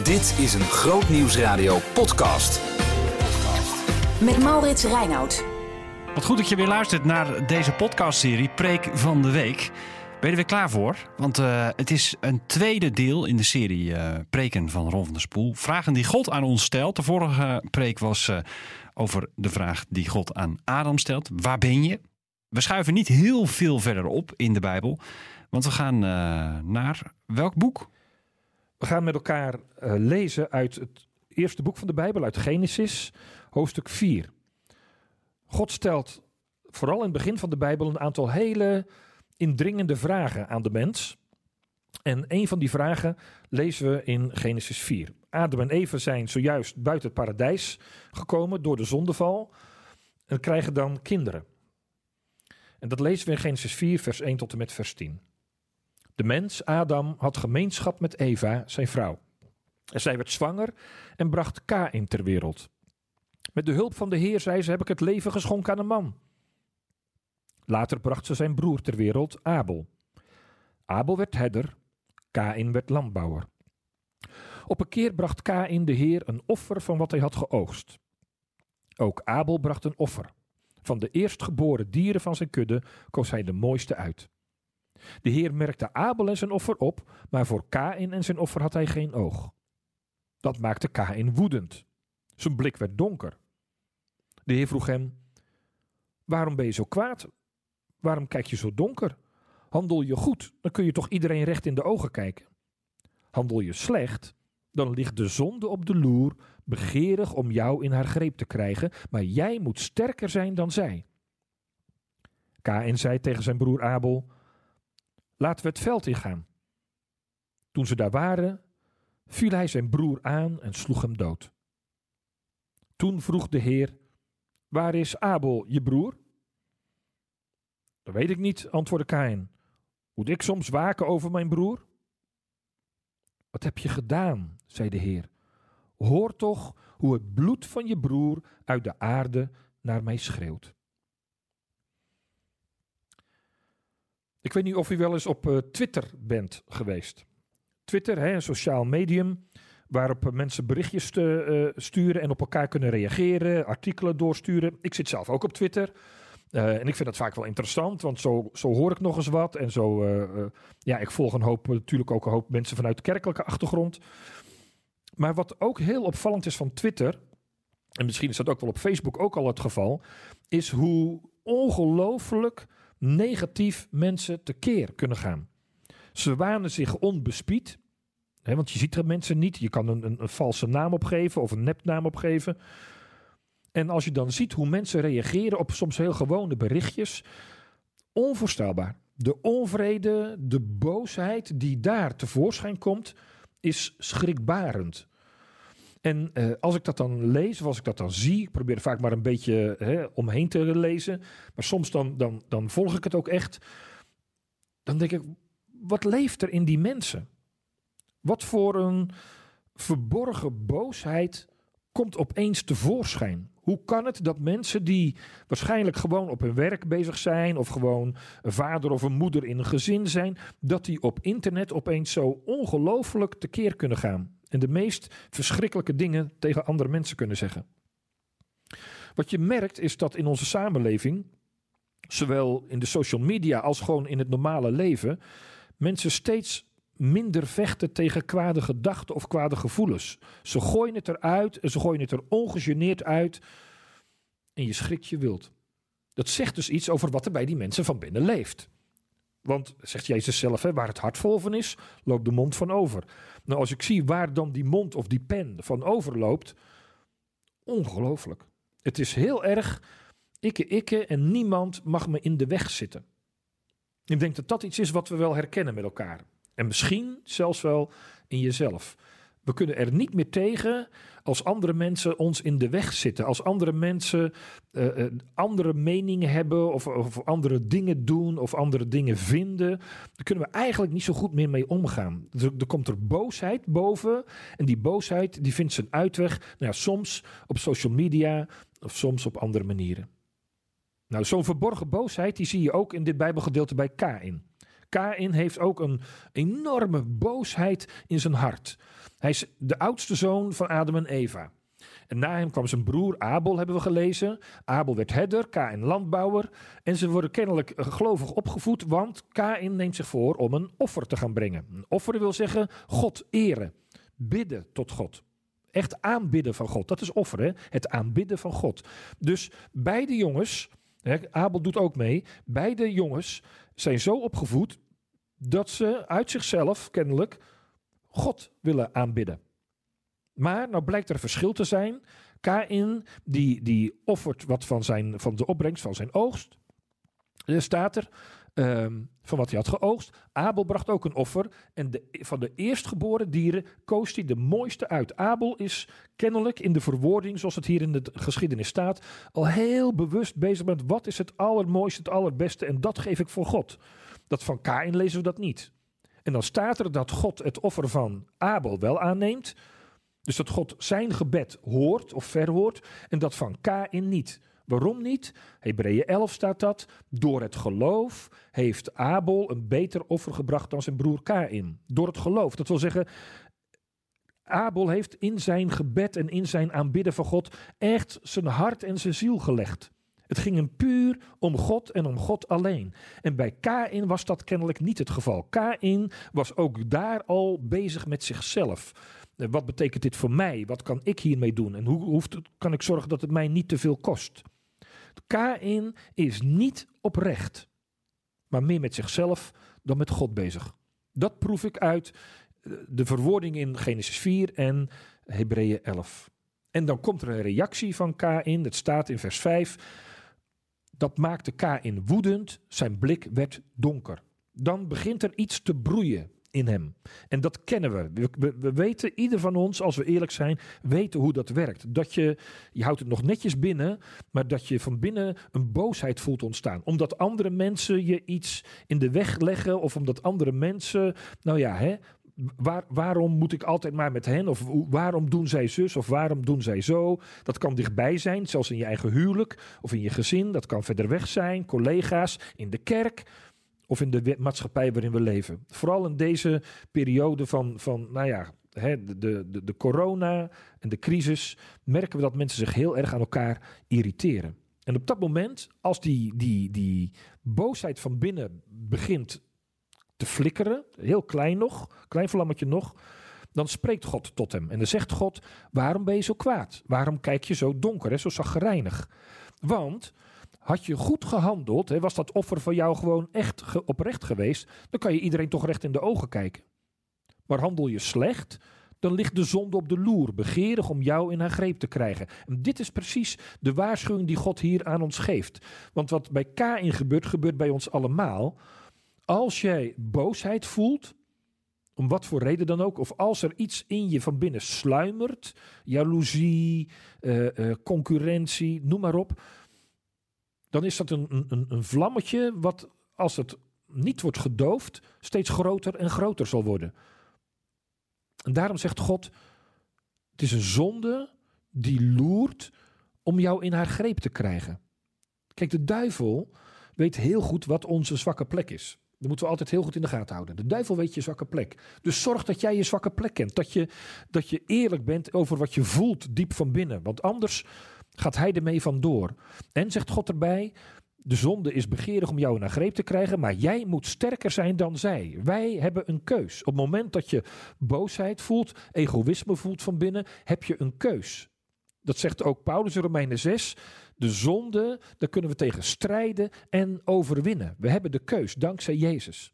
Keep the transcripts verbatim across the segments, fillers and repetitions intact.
Dit is een Grootnieuwsradio podcast. Met Maurits Reinoud. Wat goed dat je weer luistert naar deze podcastserie Preek van de Week. Ben je er weer klaar voor? Want uh, het is een tweede deel in de serie uh, Preken van Ron van der Spoel. Vragen die God aan ons stelt. De vorige preek was uh, over de vraag die God aan Adam stelt. Waar ben je? We schuiven niet heel veel verder op in de Bijbel. Want we gaan uh, naar welk boek? We gaan met elkaar uh, lezen uit het eerste boek van de Bijbel, uit Genesis, hoofdstuk vier. God stelt vooral in het begin van de Bijbel een aantal hele indringende vragen aan de mens. En een van die vragen lezen we in Genesis vier. Adam en Eva zijn zojuist buiten het paradijs gekomen door de zondeval en krijgen dan kinderen. En dat lezen we in Genesis vier, vers één tot en met vers tien. De mens, Adam, had gemeenschap met Eva, zijn vrouw. En zij werd zwanger en bracht Kaïn ter wereld. Met de hulp van de Heer, zei ze, heb ik het leven geschonken aan een man. Later bracht ze zijn broer ter wereld, Abel. Abel werd herder, Kaïn werd landbouwer. Op een keer bracht Kaïn de Heer een offer van wat hij had geoogst. Ook Abel bracht een offer. Van de eerstgeboren dieren van zijn kudde koos hij de mooiste uit. De Heer merkte Abel en zijn offer op, maar voor Kaïn en zijn offer had hij geen oog. Dat maakte Kaïn woedend. Zijn blik werd donker. De Heer vroeg hem: waarom ben je zo kwaad? Waarom kijk je zo donker? Handel je goed, dan kun je toch iedereen recht in de ogen kijken. Handel je slecht, dan ligt de zonde op de loer, begeerig om jou in haar greep te krijgen, maar jij moet sterker zijn dan zij. Kaïn zei tegen zijn broer Abel: laten we het veld ingaan. Toen ze daar waren, viel hij zijn broer aan en sloeg hem dood. Toen vroeg de Heer: waar is Abel, je broer? Dat weet ik niet, antwoordde Kaïn. Moet ik soms waken over mijn broer? Wat heb je gedaan, zei de Heer. Hoor toch hoe het bloed van je broer uit de aarde naar mij schreeuwt. Ik weet niet of u wel eens op uh, Twitter bent geweest. Twitter, hè, een sociaal medium waarop mensen berichtjes te, uh, sturen en op elkaar kunnen reageren, artikelen doorsturen. Ik zit zelf ook op Twitter uh, en ik vind dat vaak wel interessant, want zo, zo hoor ik nog eens wat. En zo, uh, uh, ja, ik volg een hoop, natuurlijk ook een hoop mensen vanuit de kerkelijke achtergrond. Maar wat ook heel opvallend is van Twitter, en misschien is dat ook wel op Facebook ook al het geval, is hoe ongelooflijk negatief mensen tekeer kunnen gaan. Ze wanen zich onbespied, hè, want je ziet er mensen niet. Je kan een, een, een valse naam opgeven of een nepnaam opgeven. En als je dan ziet hoe mensen reageren op soms heel gewone berichtjes, onvoorstelbaar. De onvrede, de boosheid die daar tevoorschijn komt, is schrikbarend. En uh, als ik dat dan lees, of als ik dat dan zie, ik probeer er vaak maar een beetje hè, omheen te lezen, maar soms dan, dan, dan volg ik het ook echt. Dan denk ik, wat leeft er in die mensen? Wat voor een verborgen boosheid komt opeens tevoorschijn? Hoe kan het dat mensen die waarschijnlijk gewoon op hun werk bezig zijn, of gewoon een vader of een moeder in een gezin zijn, dat die op internet opeens zo ongelooflijk tekeer kunnen gaan en de meest verschrikkelijke dingen tegen andere mensen kunnen zeggen? Wat je merkt is dat in onze samenleving, zowel in de social media als gewoon in het normale leven, mensen steeds minder vechten tegen kwade gedachten of kwade gevoelens. Ze gooien het eruit en ze gooien het er ongegeneerd uit en je schrikt je wild. Dat zegt dus iets over wat er bij die mensen van binnen leeft. Want, zegt Jezus zelf, hè, waar het hart vol van is, loopt de mond van over. Nou, als ik zie waar dan die mond of die pen van overloopt, ongelooflijk. Het is heel erg ikke, ikke en niemand mag me in de weg zitten. Ik denk dat dat iets is wat we wel herkennen met elkaar. En misschien zelfs wel in jezelf. We kunnen er niet meer tegen als andere mensen ons in de weg zitten. Als andere mensen uh, uh, andere meningen hebben of, of andere dingen doen of andere dingen vinden. Daar kunnen we eigenlijk niet zo goed meer mee omgaan. Er, er komt er boosheid boven en die boosheid die vindt zijn uitweg, nou ja, soms op social media of soms op andere manieren. Nou, zo'n verborgen boosheid die zie je ook in dit Bijbelgedeelte bij Kaïn. Kaïn heeft ook een enorme boosheid in zijn hart. Hij is de oudste zoon van Adam en Eva. En na hem kwam zijn broer Abel, hebben we gelezen. Abel werd herder, Kaïn landbouwer. En ze worden kennelijk gelovig opgevoed, want Kaïn neemt zich voor om een offer te gaan brengen. Een offer wil zeggen God eren, bidden tot God. Echt aanbidden van God, dat is offer, hè? Het aanbidden van God. Dus beide jongens, hè, Abel doet ook mee, beide jongens zijn zo opgevoed dat ze uit zichzelf kennelijk God willen aanbidden. Maar nou blijkt er een verschil te zijn. Kaïn die, die offert wat van, zijn, van de opbrengst van zijn oogst. Er staat er um, van wat hij had geoogst. Abel bracht ook een offer. En de, van de eerstgeboren dieren koos hij de mooiste uit. Abel is kennelijk in de verwoording, zoals het hier in de geschiedenis staat, al heel bewust bezig met wat is het allermooiste, het allerbeste. En dat geef ik voor God. Dat van Kaïn lezen we dat niet. En dan staat er dat God het offer van Abel wel aanneemt. Dus dat God zijn gebed hoort of verhoort en dat van Kaïn niet. Waarom niet? Hebreeën elf staat dat. Door het geloof heeft Abel een beter offer gebracht dan zijn broer Kaïn. Door het geloof. Dat wil zeggen, Abel heeft in zijn gebed en in zijn aanbidden van God echt zijn hart en zijn ziel gelegd. Het ging hem puur om God en om God alleen. En bij Kaïn was dat kennelijk niet het geval. Kaïn was ook daar al bezig met zichzelf. Wat betekent dit voor mij? Wat kan ik hiermee doen? En hoe, hoe kan ik zorgen dat het mij niet te veel kost? Kaïn is niet oprecht, maar meer met zichzelf dan met God bezig. Dat proef ik uit de verwoording in Genesis vier en Hebreeën elf. En dan komt er een reactie van Kaïn, dat staat in vers vijf. Dat maakte Kaïn woedend, zijn blik werd donker. Dan begint er iets te broeien in hem. En dat kennen we. We, we. we weten, ieder van ons, als we eerlijk zijn, weten hoe dat werkt. Dat je, je houdt het nog netjes binnen, maar dat je van binnen een boosheid voelt ontstaan. Omdat andere mensen je iets in de weg leggen, of omdat andere mensen, nou ja, hè, waar, waarom moet ik altijd maar met hen? Of waarom doen zij zus? Of waarom doen zij zo? Dat kan dichtbij zijn, zelfs in je eigen huwelijk, of in je gezin. Dat kan verder weg zijn, collega's, in de kerk, of in de maatschappij waarin we leven. Vooral in deze periode van, van nou ja, hè, de, de, de corona en de crisis, merken we dat mensen zich heel erg aan elkaar irriteren. En op dat moment, als die, die, die boosheid van binnen begint te flikkeren, heel klein nog, klein vlammetje nog, dan spreekt God tot hem. En dan zegt God, waarom ben je zo kwaad? Waarom kijk je zo donker, hè, zo chagrijnig? Want had je goed gehandeld, hè, was dat offer van jou gewoon echt ge- oprecht geweest, dan kan je iedereen toch recht in de ogen kijken. Maar handel je slecht, dan ligt de zonde op de loer, begeerig om jou in haar greep te krijgen. En dit is precies de waarschuwing die God hier aan ons geeft. Want wat bij Kaïn gebeurt, gebeurt bij ons allemaal. Als jij boosheid voelt, om wat voor reden dan ook, of als er iets in je van binnen sluimert, jaloezie, uh, uh, concurrentie, noem maar op, dan is dat een, een, een vlammetje wat, als het niet wordt gedoofd, steeds groter en groter zal worden. En daarom zegt God, het is een zonde die loert om jou in haar greep te krijgen. Kijk, de duivel weet heel goed wat onze zwakke plek is. Dat moeten we altijd heel goed in de gaten houden. De duivel weet je zwakke plek. Dus zorg dat jij je zwakke plek kent. Dat je, dat je eerlijk bent over wat je voelt diep van binnen. Want anders gaat hij ermee vandoor. En zegt God erbij, de zonde is begeerig om jou in haar greep te krijgen, maar jij moet sterker zijn dan zij. Wij hebben een keus. Op het moment dat je boosheid voelt, egoïsme voelt van binnen, heb je een keus. Dat zegt ook Paulus in Romeinen zes. De zonde, daar kunnen we tegen strijden en overwinnen. We hebben de keus, dankzij Jezus.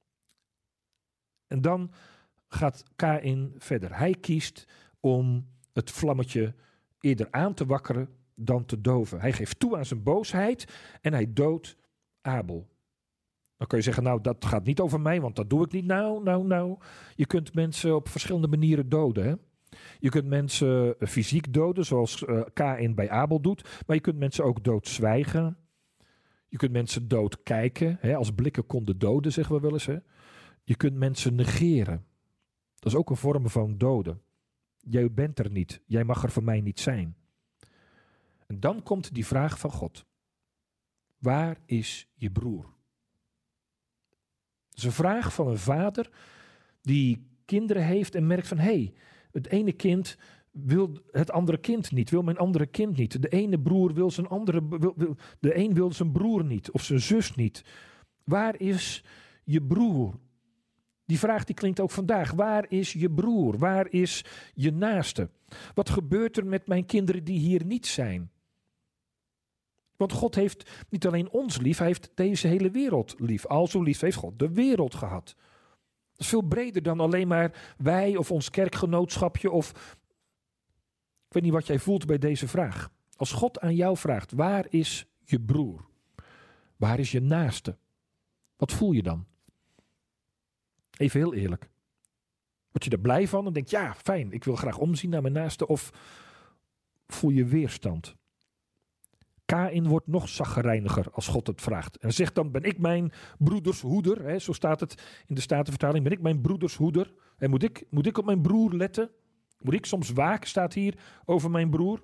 En dan gaat Kaïn verder. Hij kiest om het vlammetje eerder aan te wakkeren dan te doven. Hij geeft toe aan zijn boosheid en hij doodt Abel. Dan kun je zeggen, nou dat gaat niet over mij, want dat doe ik niet. Nou, nou, nou. Je kunt mensen op verschillende manieren doden, hè? Je kunt mensen fysiek doden, zoals uh, Kaïn bij Abel doet. Maar je kunt mensen ook doodzwijgen. Je kunt mensen doodkijken. Hè, als blikken konden doden, zeggen we wel eens. Hè. Je kunt mensen negeren. Dat is ook een vorm van doden. Jij bent er niet. Jij mag er voor mij niet zijn. En dan komt die vraag van God. Waar is je broer? Dat is een vraag van een vader die kinderen heeft en merkt van... hé, hey, het ene kind wil het andere kind niet, wil mijn andere kind niet. De ene broer wil zijn andere... Wil, wil, de een wil zijn broer niet of zijn zus niet. Waar is je broer? Die vraag die klinkt ook vandaag. Waar is je broer? Waar is je naaste? Wat gebeurt er met mijn kinderen die hier niet zijn? Want God heeft niet alleen ons lief, hij heeft deze hele wereld lief. Al zo lief heeft God de wereld gehad. Dat is veel breder dan alleen maar wij of ons kerkgenootschapje of... Ik weet niet wat jij voelt bij deze vraag. Als God aan jou vraagt, waar is je broer? Waar is je naaste? Wat voel je dan? Even heel eerlijk. Word je er blij van en denk ja, fijn, ik wil graag omzien naar mijn naaste. Of voel je weerstand? Kaïn wordt nog chagrijniger als God het vraagt. En zegt dan, ben ik mijn broeders hoeder? Hè, zo staat het in de Statenvertaling. Ben ik mijn broeders hoeder? En moet ik, moet ik op mijn broer letten? Moet ik soms waken, staat hier, over mijn broer?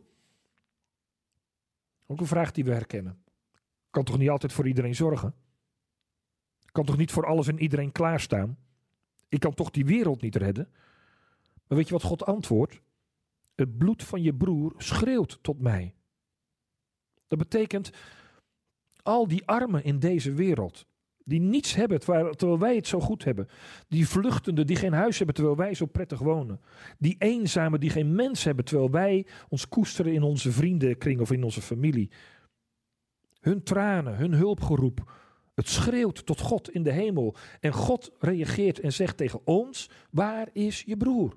Ook een vraag die we herkennen. Kan toch niet altijd voor iedereen zorgen? Kan toch niet voor alles en iedereen klaarstaan? Ik kan toch die wereld niet redden? Maar weet je wat God antwoordt? Het bloed van je broer schreeuwt tot mij. Dat betekent, al die armen in deze wereld, die niets hebben terwijl wij het zo goed hebben. Die vluchtenden die geen huis hebben terwijl wij zo prettig wonen. Die eenzamen die geen mens hebben terwijl wij ons koesteren in onze vriendenkring of in onze familie. Hun tranen, hun hulpgeroep. Het schreeuwt tot God in de hemel. En God reageert en zegt tegen ons, waar is je broer?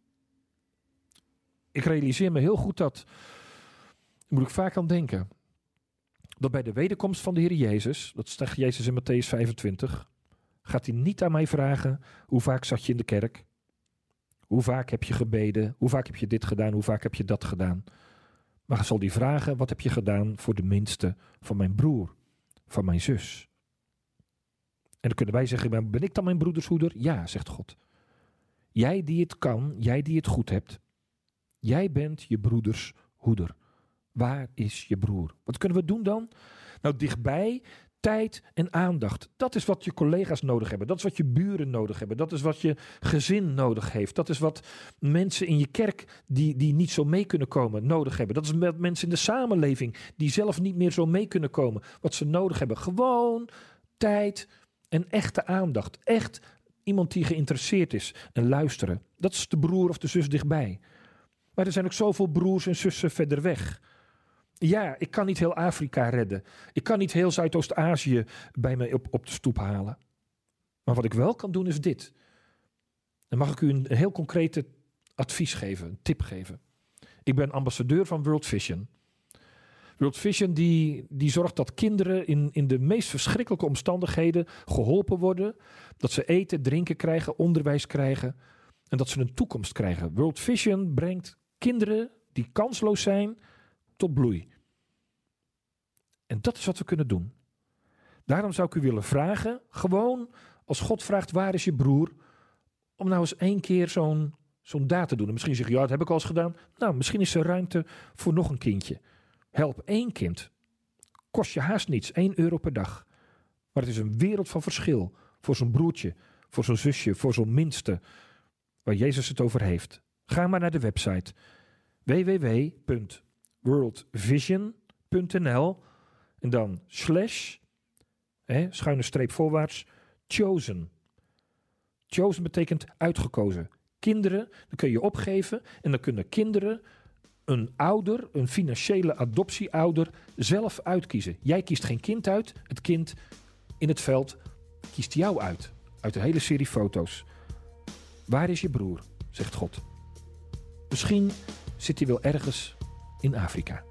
Ik realiseer me heel goed dat, daar moet ik vaak aan denken, dat bij de wederkomst van de Heer Jezus, dat zegt Jezus in Mattheüs vijfentwintig, gaat hij niet aan mij vragen, hoe vaak zat je in de kerk? Hoe vaak heb je gebeden? Hoe vaak heb je dit gedaan? Hoe vaak heb je dat gedaan? Maar zal hij vragen, wat heb je gedaan voor de minste van mijn broer, van mijn zus? En dan kunnen wij zeggen, ben ik dan mijn broeders hoeder? Ja, zegt God. Jij die het kan, jij die het goed hebt, jij bent je broeders hoeder. Waar is je broer? Wat kunnen we doen dan? Nou, dichtbij, tijd en aandacht. Dat is wat je collega's nodig hebben. Dat is wat je buren nodig hebben. Dat is wat je gezin nodig heeft. Dat is wat mensen in je kerk die, die niet zo mee kunnen komen nodig hebben. Dat is wat mensen in de samenleving die zelf niet meer zo mee kunnen komen. Wat ze nodig hebben. Gewoon tijd en echte aandacht. Echt iemand die geïnteresseerd is en luisteren. Dat is de broer of de zus dichtbij. Maar er zijn ook zoveel broers en zussen verder weg. Ja, ik kan niet heel Afrika redden. Ik kan niet heel Zuidoost-Azië bij me op, op de stoep halen. Maar wat ik wel kan doen is dit. Dan mag ik u een, een heel concrete advies geven, een tip geven. Ik ben ambassadeur van World Vision. World Vision die, die zorgt dat kinderen in, in de meest verschrikkelijke omstandigheden geholpen worden. Dat ze eten, drinken krijgen, onderwijs krijgen. En dat ze een toekomst krijgen. World Vision brengt kinderen die kansloos zijn tot bloei. En dat is wat we kunnen doen. Daarom zou ik u willen vragen, gewoon als God vraagt, waar is je broer? Om nou eens één keer zo'n, zo'n daad te doen. En misschien zeg je, ja, dat heb ik al eens gedaan. Nou, misschien is er ruimte voor nog een kindje. Help één kind. Kost je haast niets, één euro per dag. Maar het is een wereld van verschil. Voor zo'n broertje, voor zo'n zusje, voor zo'n minste. Waar Jezus het over heeft. Ga maar naar de website w w w punt world vision punt n l en dan slash, hè, schuine streep voorwaarts, chosen. Chosen betekent uitgekozen. Kinderen, dan kun je opgeven en dan kunnen kinderen een ouder, een financiële adoptieouder, zelf uitkiezen. Jij kiest geen kind uit, het kind in het veld kiest jou uit. Uit de hele serie foto's. Waar is je broer, zegt God. Misschien zit hij wel ergens in Afrika.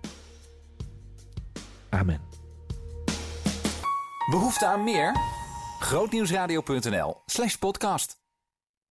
Amen. Behoefte aan meer? grootnieuwsradio punt n l slash podcast